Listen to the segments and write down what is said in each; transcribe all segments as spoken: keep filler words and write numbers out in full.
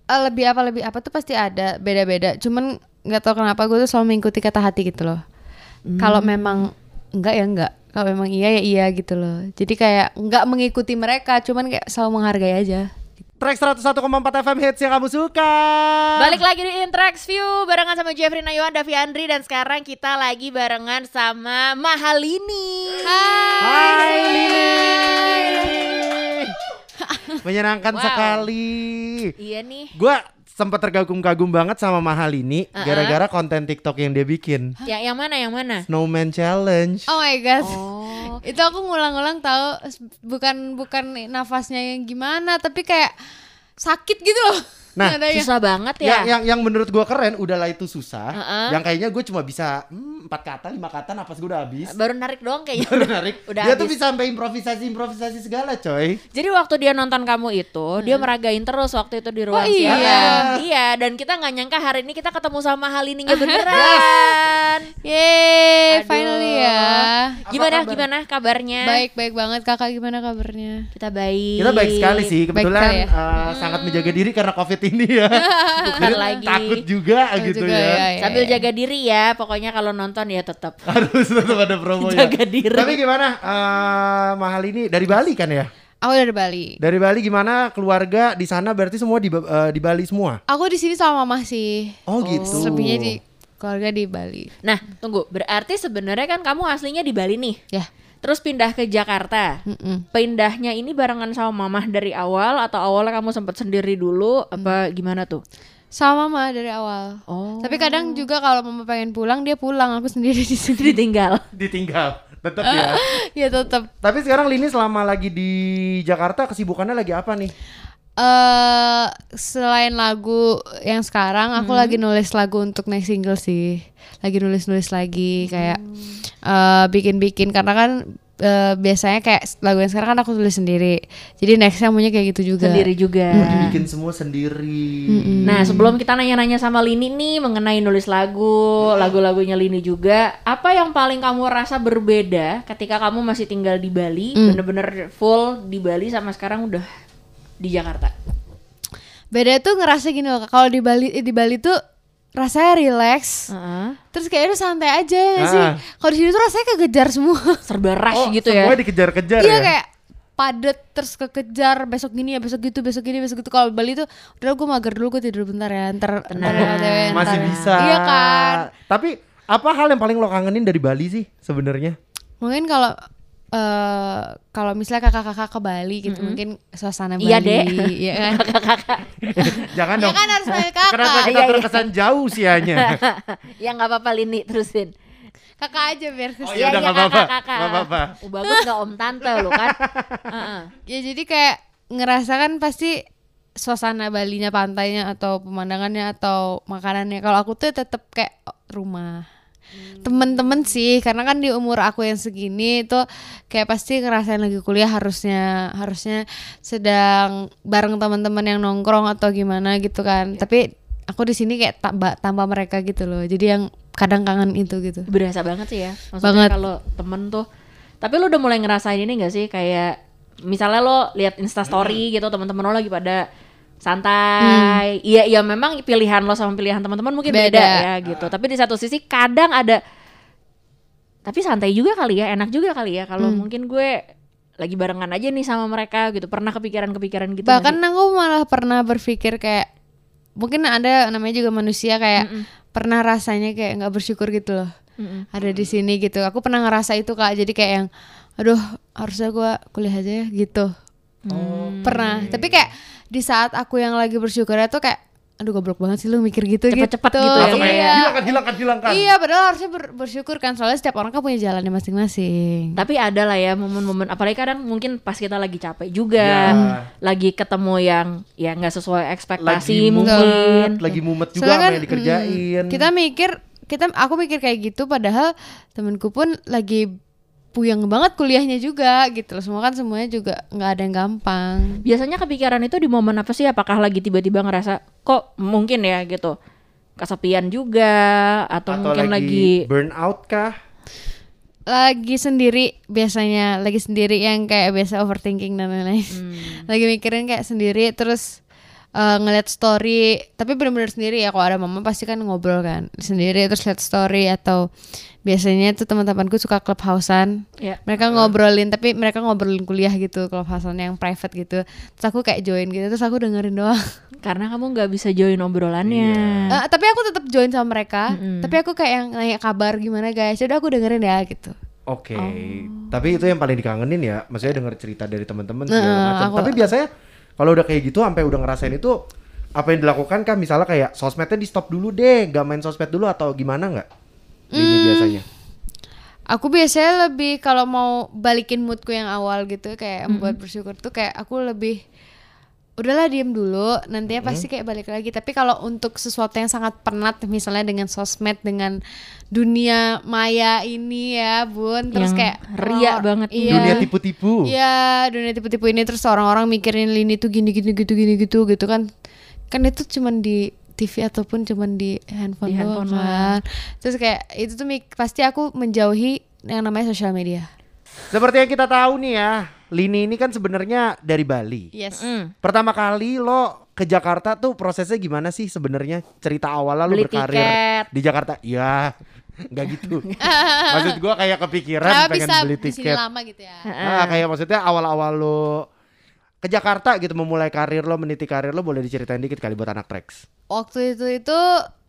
uh, lebih apa lebih apa tuh pasti ada beda-beda. Cuman nggak tahu kenapa gue tuh selalu mengikuti kata hati gitu loh. Hmm. Kalau memang enggak ya enggak, kalau memang iya ya iya gitu loh. Jadi kayak nggak mengikuti mereka, cuman kayak selalu menghargai aja. Track seratus satu koma empat F M hits yang kamu suka. Balik lagi di Intrax View barengan sama Jeffrey Nayuan, Davi Andri, dan sekarang kita lagi barengan sama Mahalini. Hai, Hai Lini. Menyenangkan Wow. sekali. Iya nih. Gua sempat terkagum-kagum banget sama Mahalini Uh-uh. gara-gara konten TikTok yang dia bikin. Yang yang mana yang mana? Snowman Challenge. Oh my god. Oh. Itu aku ngulang-ngulang tahu bukan bukan nafasnya yang gimana, tapi kayak sakit gitu loh. Nah, Nadanya. Susah banget Yang, ya. yang yang menurut gua keren, udahlah itu susah. Uh-uh. Yang kayaknya gue cuma bisa hmm, empat kata, lima kata, napas gue udah habis. Baru narik doang kayaknya. Baru narik. Udah Dia habis. tuh bisa sampai improvisasi-improvisasi segala, coy. Jadi waktu dia nonton kamu itu, dia meragain terus waktu itu di ruang Oh, iya. siaran. Iya, dan kita nggak nyangka hari ini kita ketemu sama Halininya beneran. Yeay, Aduh. finally ya. Gimana kabar? gimana kabarnya? Baik, baik banget. Kakak gimana kabarnya? Kita baik. Kita baik sekali sih, kebetulan sekali ya. uh, sangat menjaga diri karena COVID ini ya. Bukan Jadi lagi. takut juga Takut gitu juga, ya. ya, ya. Sambil jaga diri ya, pokoknya kalau nonton ya tetap Harus tetap ada promo ya. jaga diri. Tapi gimana uh, Mahal ini dari Bali kan ya? Aku dari Bali. Dari Bali gimana keluarga di sana berarti semua di uh, di Bali semua? Aku di sini sama mama sih. Oh, gitu. Selebihnya di keluarga di Bali. Nah, tunggu. Berarti sebenarnya kan kamu aslinya di Bali nih. Ya. Terus pindah ke Jakarta. Mm-mm. Pindahnya ini barengan sama mamah dari awal atau awalnya kamu sempat sendiri dulu apa gimana tuh? Sama mama dari awal. Oh. Tapi kadang juga kalau mama pengen pulang dia pulang, aku sendiri di sini. Ditinggal. Ditinggal. Tetap ya. Ya tetap. Tapi sekarang Lini selama lagi di Jakarta kesibukannya lagi apa nih? Eh selain lagu yang sekarang, aku lagi nulis lagu untuk next single sih. Lagi nulis-nulis lagi kayak eh bikin-bikin karena kan eh, biasanya kayak lagu yang sekarang kan aku tulis sendiri. Jadi nextnya maunya kayak gitu juga. Sendiri juga. Bikin semua sendiri. Nah, sebelum kita nanya-nanya sama Lini nih mengenai nulis lagu, lagu-lagunya Lini juga, apa yang paling kamu rasa berbeda ketika kamu masih tinggal di Bali, bener-bener full di Bali sama sekarang udah di Jakarta? Beda tuh ngerasa gini loh, kalau di Bali di Bali tuh rasanya relax. Heeh. Terus kayaknya udah santai aja ya sih. Ah. Kalau di sini tuh rasanya kegejar semua. Serba rush Oh, gitu ya. semua dikejar-kejar Iya ya? kayak padet terus kekejar, besok gini ya, besok gitu, besok gini, besok gitu. Kalau Bali tuh udah gue mager dulu, gue tidur bentar ya, ntar ntar ya, O T W, Masih ntar ya. bisa. Iya kan. Tapi apa hal yang paling lo kangenin dari Bali sih sebenarnya? Mungkin kalau eh kalau misalnya kakak-kakak ke Bali gitu, mungkin suasana Bali. Iya, Dek. Iya kan. Jangan Ya dong. kan harus panggil kakak. Kenapa kita Iya, iya. terkesan jauh sianya? Ya nggak apa-apa Lini, terusin. Kakak aja biar Oh kes- iya udah nggak apa-apa. kakak. Nggak apa-apa. Oh, bagus nggak om tante lo kan? Heeh. Ya jadi kayak ngerasakan pasti suasana Balinya, pantainya atau pemandangannya atau makanannya. Kalau aku tuh tetap kayak rumah. Temen-temen sih, karena kan di umur aku yang segini tuh kayak pasti ngerasain lagi kuliah harusnya harusnya sedang bareng teman-teman yang nongkrong atau gimana gitu kan. Tapi aku di sini kayak tambah tambah mereka gitu loh. Jadi yang kadang kangen itu gitu. Berasa banget sih ya. Banget. Maksudnya kalau temen tuh. Tapi lo udah mulai ngerasain ini gak sih? Kayak misalnya lo lihat Instastory gitu, teman-teman lo lagi pada santai. Iya, iya memang pilihan lo sama pilihan teman-teman mungkin beda. Beda. ya gitu. Tapi di satu sisi kadang ada, tapi santai juga kali ya, enak juga kali ya kalau mungkin gue lagi barengan aja nih sama mereka gitu. Pernah kepikiran-kepikiran gitu nggak Bahkan sih? aku malah pernah berpikir kayak mungkin ada namanya juga manusia kayak pernah rasanya kayak nggak bersyukur gitu loh. Mm-mm. Ada di sini gitu. Aku pernah ngerasa itu Kak. Jadi kayak yang aduh, harusnya gue kuliah aja ya gitu. Pernah. Tapi kayak di saat aku yang lagi bersyukurnya tuh kayak aduh goblok banget sih lu mikir gitu Cepet-cepet gitu. gitu ya. Langsung Iya. kayak hilangkan, hilangkan, hilangkan. Iya, padahal harusnya ber- bersyukur kan, soalnya setiap orang kan punya jalannya masing-masing. Tapi ada lah ya momen-momen, apalagi kadang mungkin pas kita lagi capek juga, Ya. lagi ketemu yang ya nggak sesuai ekspektasi Lagi mungkin. mumet, lagi mumet juga Soalnya apa kan, yang dikerjain. mm, kita mikir, kita aku mikir kayak gitu, padahal temenku pun lagi puyeng banget kuliahnya juga gitu loh. Semua kan semuanya juga nggak ada yang gampang. Biasanya kepikiran itu di momen apa sih? Apakah lagi tiba-tiba ngerasa kok mungkin ya gitu kesepian juga, atau, Atau mungkin lagi, lagi, burn out kah? Lagi sendiri biasanya, lagi sendiri yang kayak biasa overthinking dan lain-lain. Hmm. Lagi mikirin kayak sendiri, terus uh, ngeliat story, tapi benar-benar sendiri ya. Kalau ada mama pasti kan ngobrol kan sendiri, terus lihat story. Atau biasanya tuh teman-temanku suka clubhouse-an, Ya. mereka ngobrolin, tapi mereka ngobrolin kuliah gitu, clubhouse-an yang private gitu. Terus aku kayak join gitu, terus aku dengerin doang. Karena kamu nggak bisa join obrolannya. Uh, tapi aku tetap join sama mereka. Mm-mm. Tapi aku kayak yang nanya kabar gimana guys. Udah aku dengerin ya gitu. Oke, Oh. tapi itu yang paling dikangenin ya, maksudnya denger cerita dari teman-teman segala Nah, macam. aku- Tapi biasanya kalau udah kayak gitu, sampai udah ngerasain itu, apa yang dilakukan kan? Misalnya kayak sosmednya di stop dulu deh, gak main sosmed dulu atau gimana nggak? Ini Hmm. biasanya. Aku biasanya lebih kalau mau balikin moodku yang awal gitu, kayak membuat bersyukur tuh kayak aku lebih udahlah diem dulu, nantinya pasti kayak balik lagi. Tapi kalau untuk sesuatu yang sangat penat, misalnya dengan sosmed, dengan dunia maya ini ya bun, terus Yang kayak ria orang- banget ini. iya, Dunia tipu-tipu. iya dunia tipu-tipu ini, terus orang-orang mikirin Lini tuh gini gini gitu gini gitu gitu kan, kan itu cuman di T V ataupun cuman di handphone, Di doang handphone kan. Terus kayak itu tuh mik- pasti aku menjauhi yang namanya sosial media. Seperti yang kita tahu nih ya, Lini ini kan sebenarnya dari Bali. Yes. Mm. Pertama kali lo ke Jakarta tuh prosesnya gimana sih sebenarnya? Cerita awalnya lo Beli berkarir tiket. di Jakarta. Iya, nggak gitu. Maksud gua kayak kepikiran Kenapa pengen bisa beli di sini tiket. lama gitu ya? Ah, kayak maksudnya awal-awal lo ke Jakarta gitu, memulai karir lo, meniti karir lo, boleh diceritain dikit kali buat anak Trax. Waktu itu itu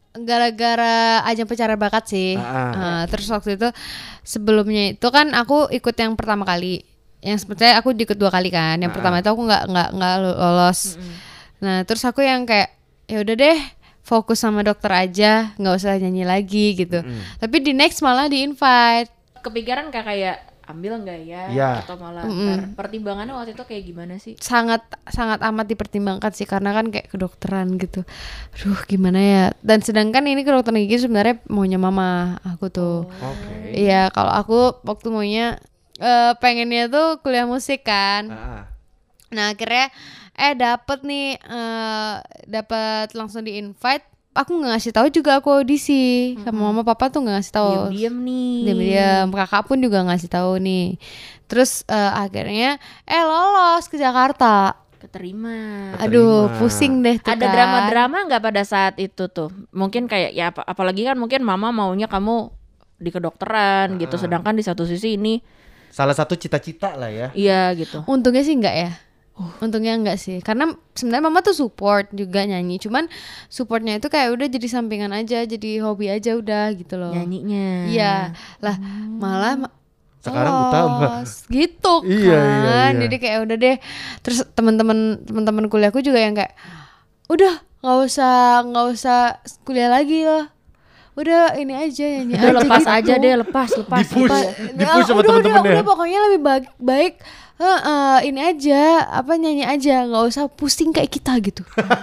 gara-gara ajang pencarian bakat sih. Ah. Uh, terus waktu itu sebelumnya itu kan aku ikut yang pertama kali. Yang sebetulnya aku ikut dua kali kan. Yang Ah. pertama itu aku nggak nggak nggak lolos. Nah terus aku yang kayak ya udah deh fokus sama dokter aja, nggak usah nyanyi lagi gitu. Tapi di next malah di invite. Kepikiran kak kayak ambil nggak ya? Iya. Atau malah ntar pertimbangannya waktu itu kayak gimana sih? sangat sangat amat dipertimbangkan sih, karena kan kayak kedokteran gitu. Aduh gimana ya. Dan sedangkan ini kedokteran gigi sebenarnya maunya mama aku tuh. Oke. Iya, kalau aku waktu maunya eh, pengennya tuh kuliah musik kan. Ah, Nah akhirnya eh dapet nih eh dapet langsung di invite. Aku nggak ngasih tahu juga aku audisi sama mama papa tuh nggak ngasih tahu. Diam-diam nih. Diam-diam, kakak pun juga ngasih tahu nih. Terus eh, akhirnya eh lolos ke Jakarta. Keterima. Aduh, Keterima. pusing deh tuh Ada kan. drama-drama nggak pada saat itu tuh? Mungkin kayak ya ap- apalagi kan mungkin mama maunya kamu di kedokteran gitu, sedangkan di satu sisi ini Salah satu cita-cita lah ya. iya gitu. Untungnya sih enggak ya. Untungnya enggak sih. Karena sebenarnya mama tuh support juga nyanyi. Cuman supportnya itu kayak udah jadi sampingan aja, jadi hobi aja udah gitu loh. Nyanyinya. Iya. Lah malah ma- Sekarang lolos, utama. gitu kan. Iya, iya, iya. Jadi kayak udah deh. Terus teman-teman teman-teman kuliahku juga yang kayak udah nggak usah nggak usah kuliah lagi lah. Udah ini aja nyanyi Udah aja lepas gitu. aja deh, lepas, lepas. Di-push. lepas. Di-push sama udah, udah, temen-temennya. udah pokoknya lebih baik, baik eh, eh, ini aja apa nyanyi aja, nggak usah pusing kayak kita gitu.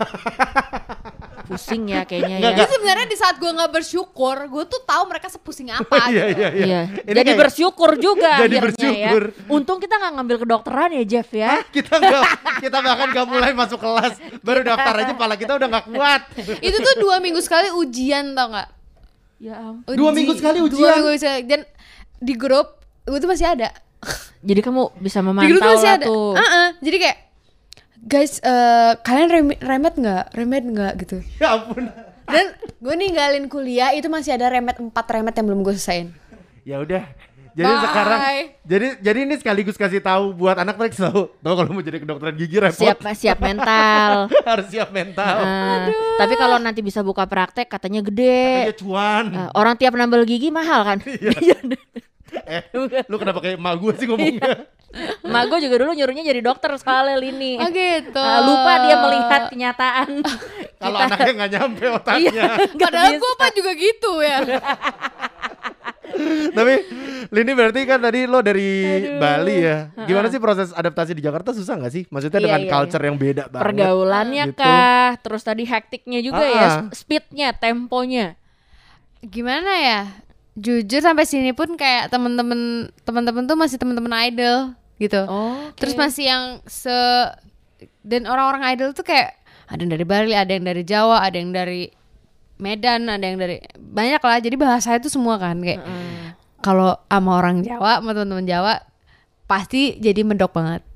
Pusing ya kayaknya Nggak, ya. Jadi sebenarnya di saat gue nggak bersyukur, gue tuh tahu mereka sepusing apa. Iya, gitu. iya, iya. Iya. Ini Jadi kayak- bersyukur juga Jadi akhirnya bersyukur. ya. Untung kita nggak ngambil kedokteran ya Jeff ya. kita nggak, kita bahkan nggak mulai masuk kelas, baru daftar aja, pala kita udah nggak kuat. Itu tuh dua minggu sekali ujian tau nggak? Ya ampun. Uji- Dua minggu sekali Dua ujian? minggu sekali. Dan di grup gue tuh masih ada. Jadi kamu bisa Di grup memantau masih lah ada. tuh. Uh-uh. Jadi kayak guys, eh, kalian rem- remet nggak? Remet nggak gitu. Ya ampun. Dan gue ninggalin kuliah itu masih ada remet empat remet yang belum gue selesaiin. Ya udah. Jadi Bye. sekarang, jadi jadi ini sekaligus kasih tahu buat anak Trax tahu, tahu kalau mau jadi kedokteran gigi repot. Siap siap mental. Harus siap mental. Nah, tapi kalau nanti bisa buka praktek katanya gede. Iya cuan. Nah, orang tiap nambal gigi mahal kan? Eh, lu kenapa kayak emak gue sih ngomongnya? Emak gue juga dulu nyuruhnya jadi dokter soalnya Lini. Oh gitu. Nah, lupa dia melihat kenyataan. Kalau Kita- anaknya nggak nyampe otaknya. Iya, nggak Padahal bisa. gue apa juga gitu ya. Tapi Lini berarti kan tadi lo dari Bali ya. Gimana sih proses adaptasi di Jakarta, susah nggak sih? Maksudnya Iya, dengan iya, culture yang beda banget. Pergaulannya gitu. kah? Terus tadi hektiknya juga Ah, ya, ah. sp- speednya, temponya. Gimana ya? Jujur sampai sini pun kayak temen-temen temen-temen tuh masih temen-temen idol gitu. Oh, Terus masih yang se dan orang-orang idol tuh kayak ada yang dari Bali, ada yang dari Jawa, ada yang dari Medan, ada yang dari banyak lah. Jadi bahasa itu semua kan kayak kalau sama orang Jawa, sama teman-teman Jawa pasti jadi mendok banget.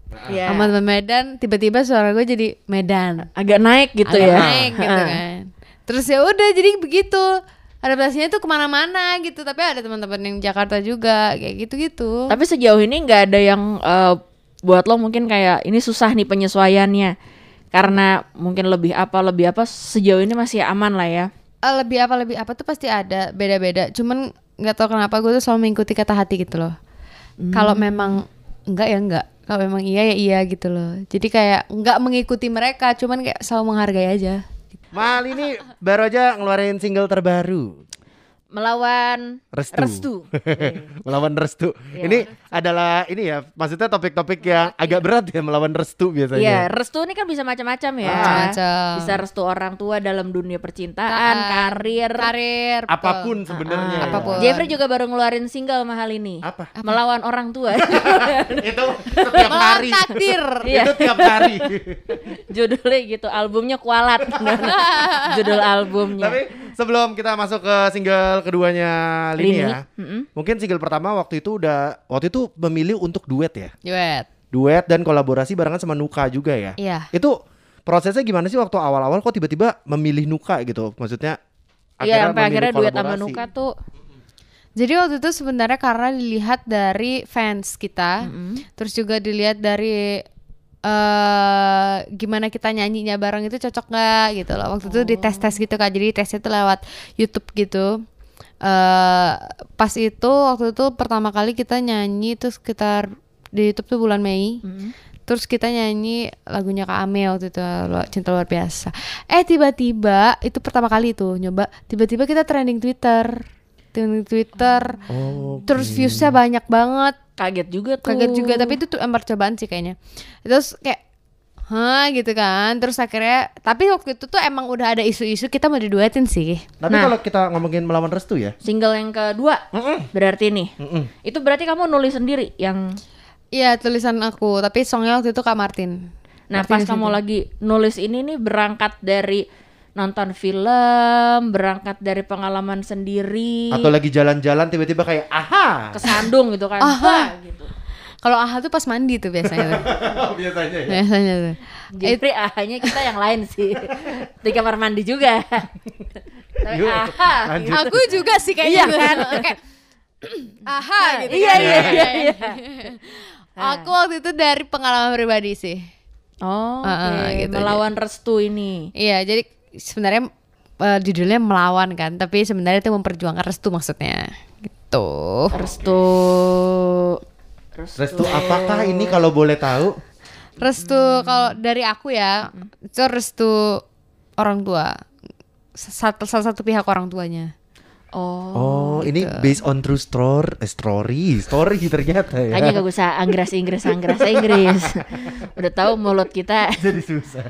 Iya. sama teman Medan, tiba-tiba suara gue jadi Medan. Agak naik gitu Agak ya. naik gitu kan. Terus ya udah jadi begitu. Adaptasinya tuh kemana-mana gitu. Tapi ada teman-teman yang Jakarta juga kayak gitu-gitu. Tapi sejauh ini nggak ada yang uh, buat lo mungkin kayak ini susah nih penyesuaiannya karena mungkin lebih apa lebih apa sejauh ini masih aman lah ya. Eh, lebih apa lebih apa tuh pasti ada beda-beda. Cuman nggak tahu kenapa gue tuh selalu mengikuti kata hati gitu loh. Hmm. Kalau memang enggak ya enggak. Kalau memang iya ya iya gitu loh. Jadi kayak nggak mengikuti mereka. Cuman kayak selalu menghargai aja. Mal ini baru aja ngeluarin single terbaru. Melawan Restu. Restu. Melawan Restu. Ya. Ini adalah ini ya, maksudnya topik-topik yang agak berat ya melawan Restu biasanya. Iya, restu ini kan bisa macam-macam ya. Macam-macam. Bisa restu orang tua dalam dunia percintaan, Taan, karir. karir, betul. Apapun sebenarnya. Ah, Apapun. Jeffrey juga baru ngeluarin single mahal ini. Apa? Melawan orang tua. Itu setiap Melawan hari. takdir. Iya. Itu tiap hari. Judulnya gitu, albumnya kualat. Judul albumnya. Tapi sebelum kita masuk ke single keduanya Lini, Lini, ya. mm-mm. Mungkin single pertama waktu itu udah waktu itu memilih untuk duet ya. Duet. Duet dan kolaborasi barengan sama Nuka juga ya. Iya. Itu prosesnya gimana sih waktu awal-awal kok tiba-tiba memilih Nuka gitu? Maksudnya Iya, sampai memilih akhirnya duet sama kolaborasi. Nuka tuh. Jadi waktu itu sebenarnya karena dilihat dari fans kita, terus juga dilihat dari eh gimana kita nyanyinya bareng itu cocok nggak gitu loh. Waktu itu dites-tes gitu kan, jadi tesnya tuh lewat YouTube gitu. eh pas itu waktu itu pertama kali kita nyanyi tuh sekitar di YouTube tuh bulan Mei. Terus kita nyanyi lagunya Kak Ame waktu itu, Cinta Luar Biasa. Eh tiba-tiba itu pertama kali tuh nyoba, tiba-tiba kita trending Twitter. Trending Twitter. Oh, Terus viewsnya banyak banget. Kaget juga tuh. Kaget juga, tapi itu tuh emang percobaan sih kayaknya. Terus kayak hah gitu kan. Terus akhirnya, tapi waktu itu tuh emang udah ada isu-isu kita mau diduetin sih. Tapi Nah. kalau kita ngomongin melawan Restu ya. Single yang kedua berarti nih. Mm-mm. Itu berarti kamu nulis sendiri yang. Iya tulisan aku, tapi songnya waktu itu Kak Martin. Nah, Martin pas di kamu situ. lagi nulis ini nih berangkat dari nonton film, berangkat dari pengalaman sendiri, Atau lagi jalan-jalan tiba-tiba kayak aha. kesandung gitu kan. Aha. Wah, gitu. Kalau aha tuh pas mandi tuh biasanya. tuh. Biasanya ya. biasanya tuh. Jeffrey ahanya kita yang lain sih. Di kamar mandi juga. Tapi Yuk, aha. lanjut. Aku juga sih kayaknya Iya tuh. kan? Kayak aha gitu. Iya, kan. iya, iya, iya. Aku waktu itu dari pengalaman pribadi sih. Oh, oke. Ah, gitu. Melawan restu ini. Iya, jadi sebenarnya eh, judulnya melawan kan, tapi sebenarnya itu memperjuangkan restu maksudnya. Gitu. Restu. Restu apakah ini kalau boleh tahu? Restu kalau dari aku ya, itu restu orang tua. Satu salah satu pihak orang tuanya. Oh. Oh, ini based on true story, eh, story, story ternyata ya. Hanya gak usah Inggris Inggris Inggris Inggris. Udah tahu mulut kita. Jadi susah.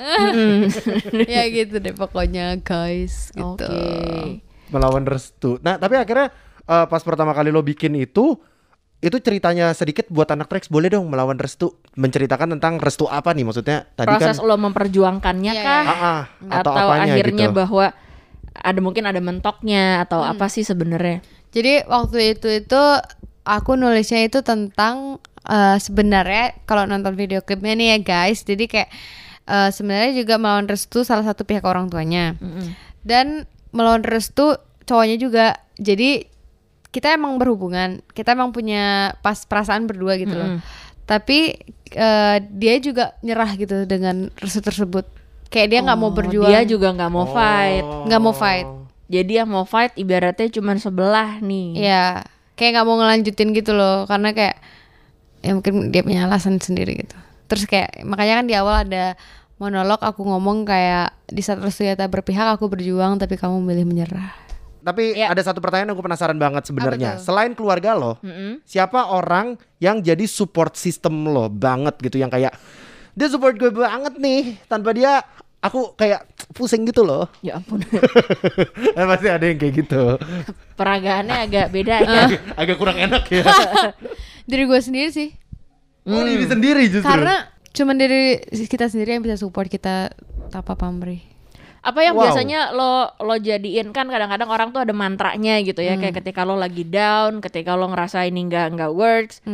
Ya gitu deh pokoknya guys gitu. Oke. Melawan Restu. Nah, tapi akhirnya eh, pas pertama kali lo bikin itu, itu ceritanya sedikit buat anak Trax, boleh dong Melawan Restu menceritakan tentang restu apa nih maksudnya? Tadi Proses kan lo memperjuangkannya Iya, kah? iya. ah, ah, atau, atau apanya akhirnya gitu. bahwa ada mungkin ada mentoknya atau apa sih sebenarnya? Jadi waktu itu itu aku nulisnya itu tentang eh, sebenarnya kalau nonton video klipnya nih ya guys, jadi kayak eh, sebenarnya juga melawan restu salah satu pihak orang tuanya dan melawan restu cowoknya juga. Jadi kita emang berhubungan, kita emang punya pas perasaan berdua gitu loh. Tapi eh, dia juga nyerah gitu dengan restu tersebut. Kayak dia nggak mau Oh, berjuang, Dia juga nggak mau fight. nggak mau fight. Jadi yang mau fight ibaratnya cuma sebelah nih. Iya, kayak nggak mau ngelanjutin gitu loh, karena kayak ya mungkin dia punya alasan sendiri gitu. Terus kayak makanya kan di awal ada monolog aku ngomong kayak di saat restu tak berpihak aku berjuang tapi kamu memilih menyerah. Tapi Ya. ada satu pertanyaan yang aku penasaran banget sebenarnya. Apa tuh? Selain keluarga lo, Mm-mm. siapa orang yang jadi support system lo banget gitu, yang kayak dia support gue banget nih, tanpa dia aku kayak pusing gitu loh. Ya ampun. Eh, pasti ada yang kayak gitu. Peragaannya agak beda ya. Agak kurang enak ya. Diri gue sendiri sih, Oh, diri sendiri justru. karena cuman dari kita sendiri yang bisa support kita tanpa pamrih. Apa yang Wow. biasanya lo lo jadiin, kan kadang-kadang orang tuh ada mantranya gitu ya, kayak ketika lo lagi down, ketika lo ngerasa ini nggak nggak works, Hmm.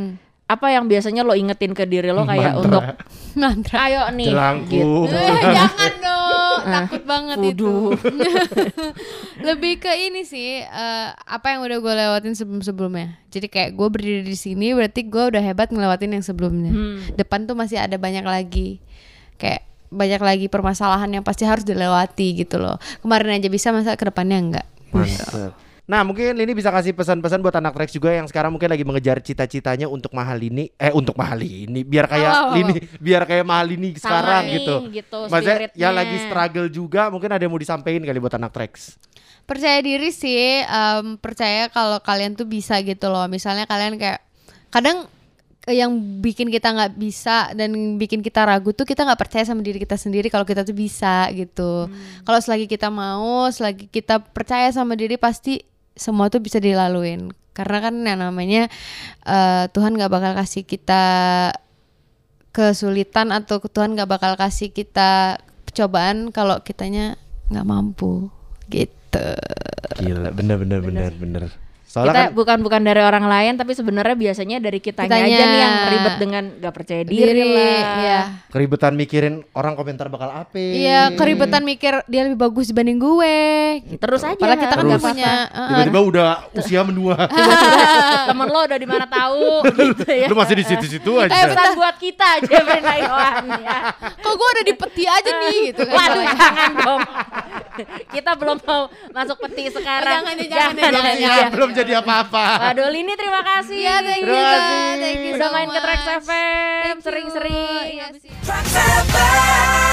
apa yang biasanya lo ingetin ke diri lo kayak Mantra. untuk Mantra. ayo nih Jelangkung. gitu. Eh, jangan dong, takut banget itu. Waduh. Lebih ke ini sih, eh, apa yang udah gue lewatin sebelum-sebelumnya. Jadi kayak gue berdiri di sini, berarti gue udah hebat ngelewatin yang sebelumnya. Hmm. Depan tuh masih ada banyak lagi, kayak banyak lagi permasalahan yang pasti harus dilewati gitu loh. Kemarin aja bisa, masa kedepannya enggak. Mantap. Nah mungkin Lini bisa kasih pesan-pesan buat anak Trax juga yang sekarang mungkin lagi mengejar cita-citanya untuk Mahalini, eh untuk Mahalini, biar kayak Oh. Lini, biar kayak Mahalini Sama sekarang nih, gitu. gitu, Maksudnya spiritnya. yang lagi struggle juga, mungkin ada yang mau disampaikan kali buat anak Trax. Percaya diri sih, em, percaya kalau kalian tuh bisa gitu loh. Misalnya kalian kayak kadang eh, yang bikin kita nggak bisa dan bikin kita ragu tuh kita nggak percaya sama diri kita sendiri kalau kita tuh bisa gitu. Kalau selagi kita mau, selagi kita percaya sama diri, pasti semua tuh bisa dilaluin. Karena kan yang namanya eh, Tuhan nggak bakal kasih kita kesulitan atau Tuhan nggak bakal kasih kita cobaan kalau kitanya nggak mampu gitu. Gila, bener bener bener bener. Kita Soalnya kan bukan bukan dari orang lain tapi sebenarnya biasanya dari kitanya, Kitanya. aja nih yang ribet dengan gak percaya diri, Diri, lah. ya. keribetan mikirin orang komentar bakal apa. Iya, keribetan mikir dia lebih bagus dibanding gue. Gitu. Terus aja. Padahal kita kan nggak Terus. punya. uh-uh. Tiba-tiba udah usia menua. Temen lo udah di mana tahu gitu ya. Lu masih di situ-situ Eh aja. pesan buat kita aja Brenda Yohan ya. Kok gue udah di peti aja nih gitu kan. Waduh jangan dong. Kita belum mau masuk peti sekarang. Oh, jangan, jangan, belum, jangan, siap, jangan. belum jadi apa-apa. Waduh Lini terima kasih. Iya, thank you, Terima Kak. kasih. Thank you Udah so main ke Trax much. F M Thank you. sering-sering. Iya sih. Trax F M.